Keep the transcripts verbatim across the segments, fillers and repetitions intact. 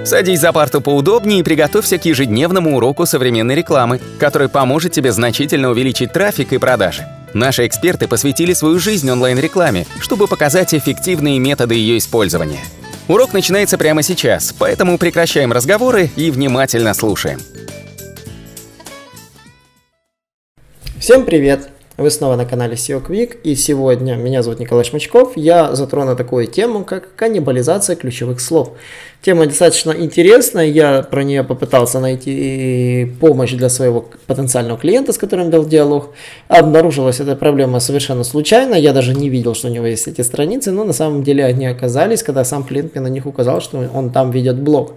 Садись за парту поудобнее и приготовься к ежедневному уроку современной рекламы, который поможет тебе значительно увеличить трафик и продажи. Наши эксперты посвятили свою жизнь онлайн-рекламе, чтобы показать эффективные методы ее использования. Урок начинается прямо сейчас, поэтому прекращаем разговоры и внимательно слушаем. Всем привет! Вы снова на канале эс и о Quick, и сегодня меня зовут Николай Шмачков. Я затрону такую тему, как каннибализация ключевых слов. Тема достаточно интересная, я про нее попытался найти помощь для своего потенциального клиента, с которым вел диалог. Обнаружилась эта проблема совершенно случайно, я даже не видел, что у него есть эти страницы, но на самом деле они оказались, когда сам клиент мне на них указал, что он там ведет блог.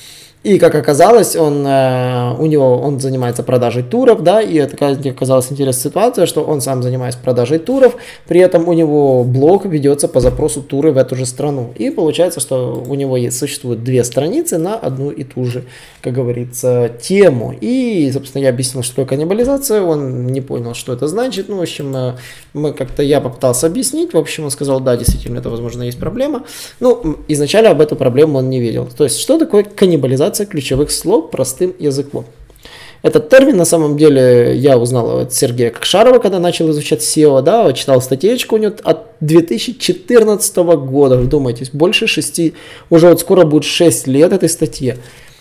И, как оказалось, он, э, у него, он занимается продажей туров, да, и это оказалась интересная ситуация, что он сам занимается продажей туров, при этом у него блог ведется по запросу туры в эту же страну. И получается, что у него есть, существует две страницы на одну и ту же, как говорится, тему. И, собственно, я объяснил, что такое каннибализация, он не понял, что это значит. Ну, в общем, мы как-то, я попытался объяснить, в общем, он сказал, да, действительно, это, возможно, есть проблема. Ну, изначально об эту проблему он не видел. То есть, что такое каннибализация ключевых слов простым языком? Этот термин, на самом деле, я узнал от Сергея Кокшарова, когда начал изучать эс и о, да, читал статейку у него от две тысячи четырнадцатого года, вдумайтесь, больше шести, уже вот скоро будет шесть лет этой статье.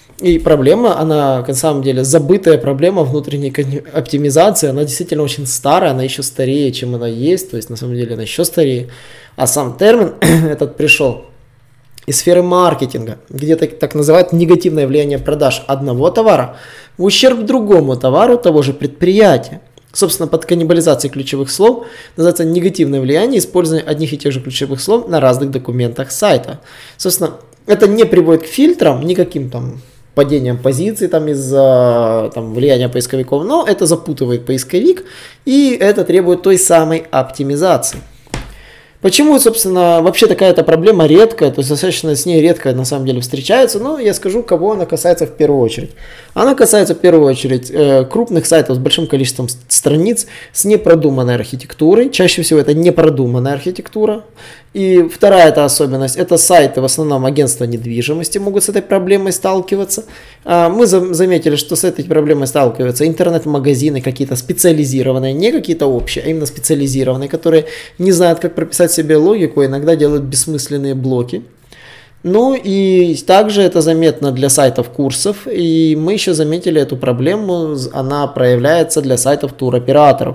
И проблема, она, на самом деле, забытая проблема внутренней оптимизации, она действительно очень старая, она еще старее, чем она есть, то есть, на самом деле, она еще старее. А сам термин этот пришел из сферы маркетинга, где так, так называют негативное влияние продаж одного товара в ущерб другому товару того же предприятия. Собственно, под каннибализацией ключевых слов называется негативное влияние использования одних и тех же ключевых слов на разных документах сайта. Собственно, это не приводит к фильтрам, никаким там падением позиций там из-за там, влияния поисковиков, но это запутывает поисковик, и это требует той самой оптимизации. Почему, собственно, вообще такая-то проблема редкая, то есть достаточно с ней редко на самом деле встречается, но я скажу, кого она касается в первую очередь. Она касается в первую очередь э, крупных сайтов с большим количеством страниц, с непродуманной архитектурой, чаще всего это непродуманная архитектура. И вторая эта особенность, это сайты, в основном агентства недвижимости могут с этой проблемой сталкиваться. А мы за- заметили, что с этой проблемой сталкиваются интернет-магазины какие-то специализированные, не какие-то общие, а именно специализированные, которые не знают, как прописать себе логику, иногда делают бессмысленные блоки. Ну и также это заметно для сайтов курсов, и мы еще заметили эту проблему, она проявляется для сайтов туроператоров.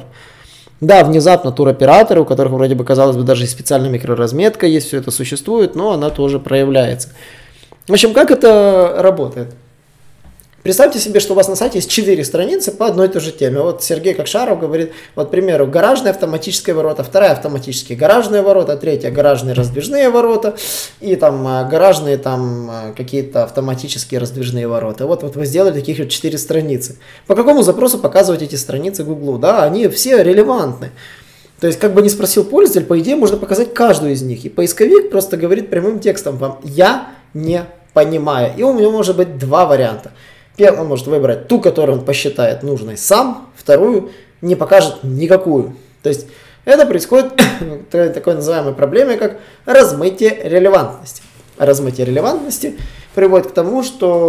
Да, внезапно туроператоры, у которых вроде бы, казалось бы, даже и специальная микроразметка есть, все это существует, но она тоже проявляется. В общем, как это работает? Представьте себе, что у вас на сайте есть четыре страницы по одной и той же теме. Вот Сергей Кокшаров говорит, вот, к примеру, гаражные автоматические ворота, вторая автоматические гаражные ворота, третья гаражные раздвижные ворота и там гаражные там какие-то автоматические раздвижные ворота. Вот, вот вы сделали таких вот четыре страницы. По какому запросу показывать эти страницы Гуглу? Да, они все релевантны. То есть, как бы ни спросил пользователь, по идее можно показать каждую из них. И поисковик просто говорит прямым текстом вам «я не понимаю». И у него может быть два варианта. Первый, он может выбрать ту, которую он посчитает нужной сам, вторую не покажет никакую. То есть это происходит такой называемой проблеме, как размытие релевантности. Размытие релевантности приводит к тому,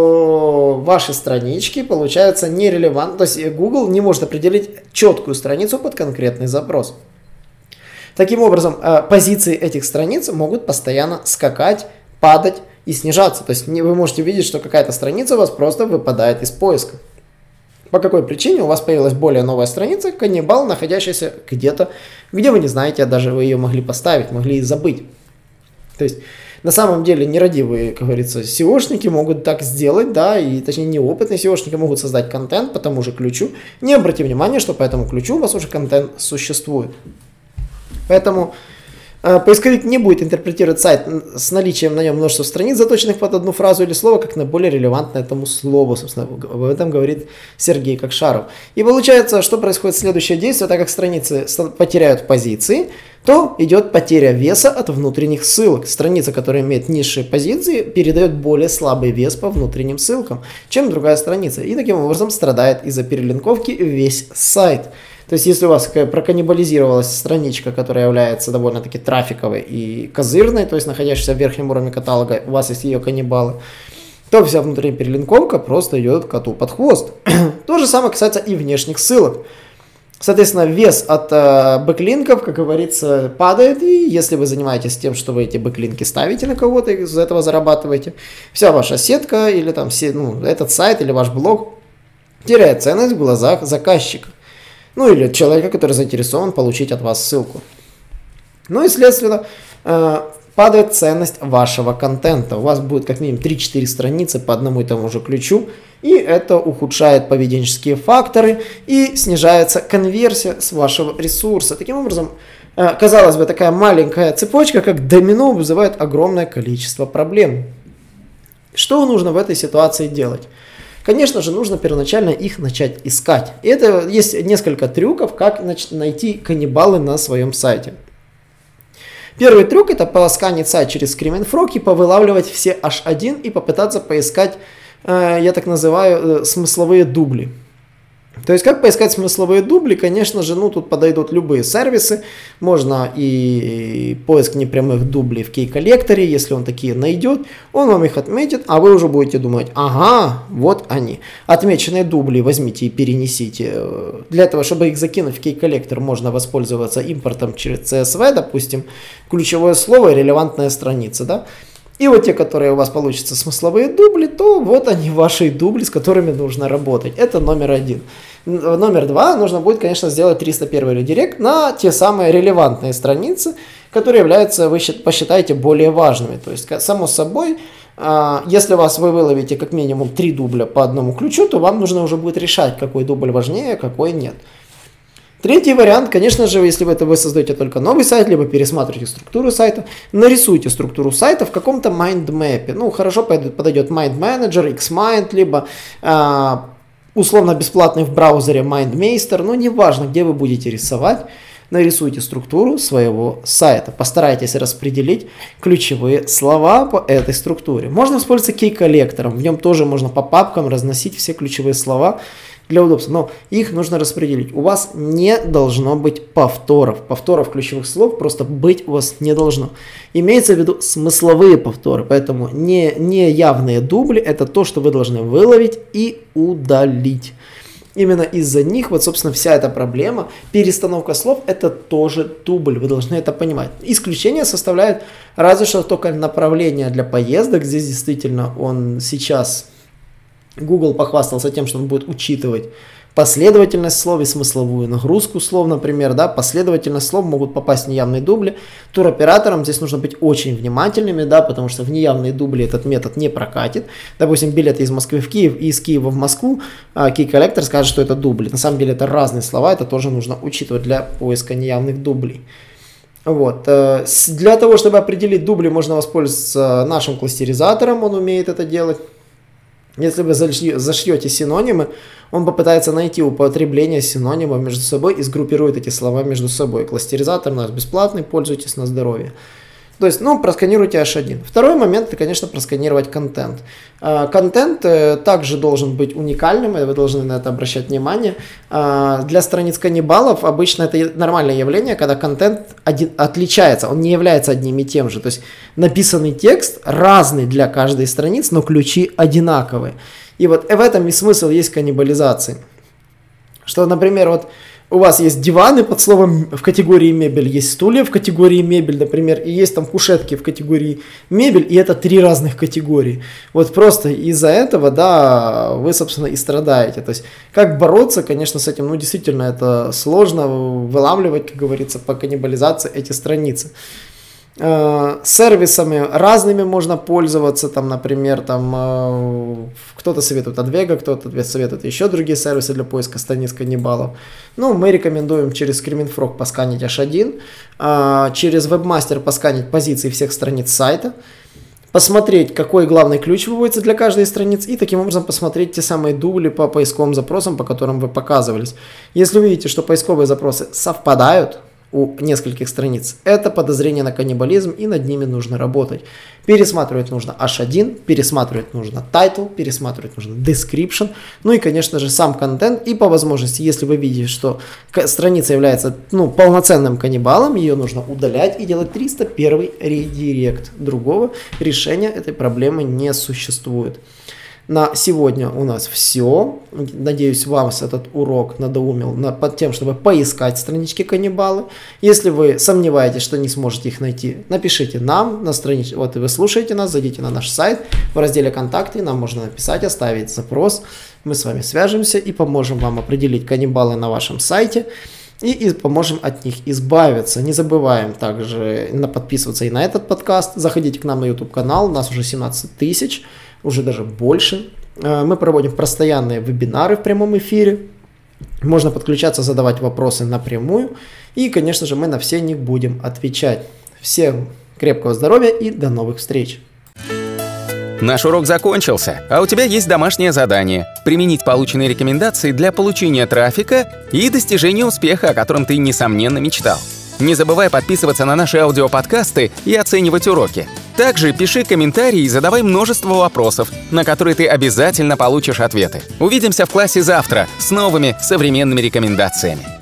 что ваши странички получаются нерелевантны. То есть Google не может определить четкую страницу под конкретный запрос. Таким образом, позиции этих страниц могут постоянно скакать, падать и снижаться. То есть вы можете видеть, что какая-то страница у вас просто выпадает из поиска. По какой причине? У вас появилась более новая страница, каннибал, находящаяся где-то, где вы не знаете, даже вы ее могли поставить, могли и забыть. То есть на самом деле нерадивые, как говорится, сеошники могут так сделать, да, и точнее неопытные сеошники могут создать контент по тому же ключу. Не обратите внимания, что по этому ключу у вас уже контент существует. Поэтому поисковик не будет интерпретировать сайт с наличием на нем множества страниц, заточенных под одну фразу или слово, как наиболее релевантное этому слову. Собственно, об этом говорит Сергей Кокшаров. И получается, что происходит следующее действие, так как страницы потеряют позиции, то идет потеря веса от внутренних ссылок. Страница, которая имеет низшие позиции, передает более слабый вес по внутренним ссылкам, чем другая страница. И таким образом страдает из-за перелинковки весь сайт. То есть, если у вас проканнибализировалась страничка, которая является довольно-таки трафиковой и козырной, то есть находящейся в верхнем уровне каталога, у вас есть ее каннибалы, то вся внутренняя перелинковка просто идет коту под хвост. То же самое касается и внешних ссылок. Соответственно, вес от э, бэклинков, как говорится, падает, и если вы занимаетесь тем, что вы эти бэклинки ставите на кого-то и из этого зарабатываете, вся ваша сетка или там все, ну, этот сайт или ваш блог теряет ценность в глазах заказчика. Ну или человека, который заинтересован получить от вас ссылку. Ну и, следственно, э, падает ценность вашего контента. У вас будет как минимум три-четыре страницы по одному и тому же ключу, и это ухудшает поведенческие факторы и снижается конверсия с вашего ресурса. Таким образом, э, казалось бы, такая маленькая цепочка, как домино, вызывает огромное количество проблем. Что нужно в этой ситуации делать? Конечно же, нужно первоначально их начать искать. И это есть несколько трюков, как найти каннибалы на своем сайте. Первый трюк — это посканить сайт через Screaming Frog и повылавливать все эйч один и попытаться поискать, э, я так называю, э, смысловые дубли. То есть, как поискать смысловые дубли? Конечно же, ну, тут подойдут любые сервисы. Можно и поиск непрямых дублей в кей-коллекторе, если он такие найдет, он вам их отметит, а вы уже будете думать, ага, вот они. Отмеченные дубли возьмите и перенесите. Для этого, чтобы их закинуть в кей-коллектор, можно воспользоваться импортом через си эс ви, допустим, ключевое слово и релевантная страница, да? И вот те, которые у вас получатся смысловые дубли, то вот они ваши дубли, с которыми нужно работать. Это номер один. Номер два, нужно будет, конечно, сделать триста первый редирект на те самые релевантные страницы, которые являются, вы посчитаете, более важными. То есть, само собой, если у вас вы выловите как минимум три дубля по одному ключу, то вам нужно уже будет решать, какой дубль важнее, а какой нет. Третий вариант, конечно же, если вы, это вы создаете только новый сайт, либо пересматриваете структуру сайта, нарисуйте структуру сайта в каком-то майндмэпе. Ну, хорошо подойдет Mind Manager, Xmind, либо э, условно-бесплатный в браузере MindMeister, но неважно, где вы будете рисовать, нарисуйте структуру своего сайта. Постарайтесь распределить ключевые слова по этой структуре. Можно воспользоваться кей-коллектором, в нем тоже можно по папкам разносить все ключевые слова для удобства, но их нужно распределить. У вас не должно быть повторов. Повторов ключевых слов просто быть у вас не должно. Имеется в виду смысловые повторы, поэтому не, не явные дубли — это то, что вы должны выловить и удалить. Именно из-за них, вот, собственно, вся эта проблема. Перестановка слов — это тоже дубль, вы должны это понимать. Исключение составляет разве что только направление для поездок. Здесь действительно он сейчас... Google похвастался тем, что он будет учитывать последовательность слов и смысловую нагрузку слов, например, да, последовательность слов могут попасть в неявные дубли. Туроператорам здесь нужно быть очень внимательными, да, потому что в неявные дубли этот метод не прокатит. Допустим, билеты из Москвы в Киев и из Киева в Москву, а кей-коллектор скажет, что это дубли. На самом деле это разные слова, это тоже нужно учитывать для поиска неявных дублей. Вот. Для того, чтобы определить дубли, можно воспользоваться нашим кластеризатором, он умеет это делать. Если вы зашьете синонимы, он попытается найти употребление синонимов между собой и сгруппирует эти слова между собой. Кластеризатор у нас бесплатный, пользуйтесь на здоровье. То есть, ну, просканируйте эйч один. Второй момент — это, конечно, просканировать контент. Контент также должен быть уникальным, и вы должны на это обращать внимание. Для страниц каннибалов обычно это нормальное явление, когда контент один, отличается, он не является одним и тем же. То есть, написанный текст разный для каждой страницы, но ключи одинаковые. И вот в этом и смысл есть каннибализации. Что, например, вот у вас есть диваны под словом в категории мебель, есть стулья в категории мебель, например, и есть там кушетки в категории мебель, и это три разных категории. Вот просто из-за этого, да, вы, собственно, и страдаете. То есть, как бороться, конечно, с этим, ну, действительно, это сложно вылавливать, как говорится, по каннибализации эти страницы. Сервисами разными можно пользоваться, там, например, там, кто-то советует Advega, кто-то советует еще другие сервисы для поиска страниц каннибалов. Ну, мы рекомендуем через Screaming Frog посканить эйч один, через Webmaster посканить позиции всех страниц сайта, посмотреть, какой главный ключ выводится для каждой из страниц, и таким образом посмотреть те самые дубли по поисковым запросам, по которым вы показывались. Если вы видите, что поисковые запросы совпадают, у нескольких страниц, это подозрение на каннибализм, и над ними нужно работать. Пересматривать нужно эйч один, пересматривать нужно title, пересматривать нужно description, ну и, конечно же, сам контент, и по возможности, если вы видите, что страница является ну, полноценным каннибалом, ее нужно удалять и делать триста первый редирект. Другого решения этой проблемы не существует. На сегодня у нас все. Надеюсь, вас этот урок надоумил под тем, чтобы поискать странички каннибалы. Если вы сомневаетесь, что не сможете их найти, напишите нам на страничке. Вот и вы слушаете нас, зайдите на наш сайт, в разделе «Контакты» нам можно написать, оставить запрос. Мы с вами свяжемся и поможем вам определить каннибалы на вашем сайте. И, и поможем от них избавиться. Не забываем также на подписываться и на этот подкаст. Заходите к нам на YouTube-канал, у нас уже семнадцать тысяч, уже даже больше. Мы проводим постоянные вебинары в прямом эфире. Можно подключаться, задавать вопросы напрямую. И, конечно же, мы на все них будем отвечать. Всем крепкого здоровья и до новых встреч! Наш урок закончился, а у тебя есть домашнее задание – применить полученные рекомендации для получения трафика и достижения успеха, о котором ты, несомненно, мечтал. Не забывай подписываться на наши аудиоподкасты и оценивать уроки. Также пиши комментарии и задавай множество вопросов, на которые ты обязательно получишь ответы. Увидимся в классе завтра с новыми современными рекомендациями.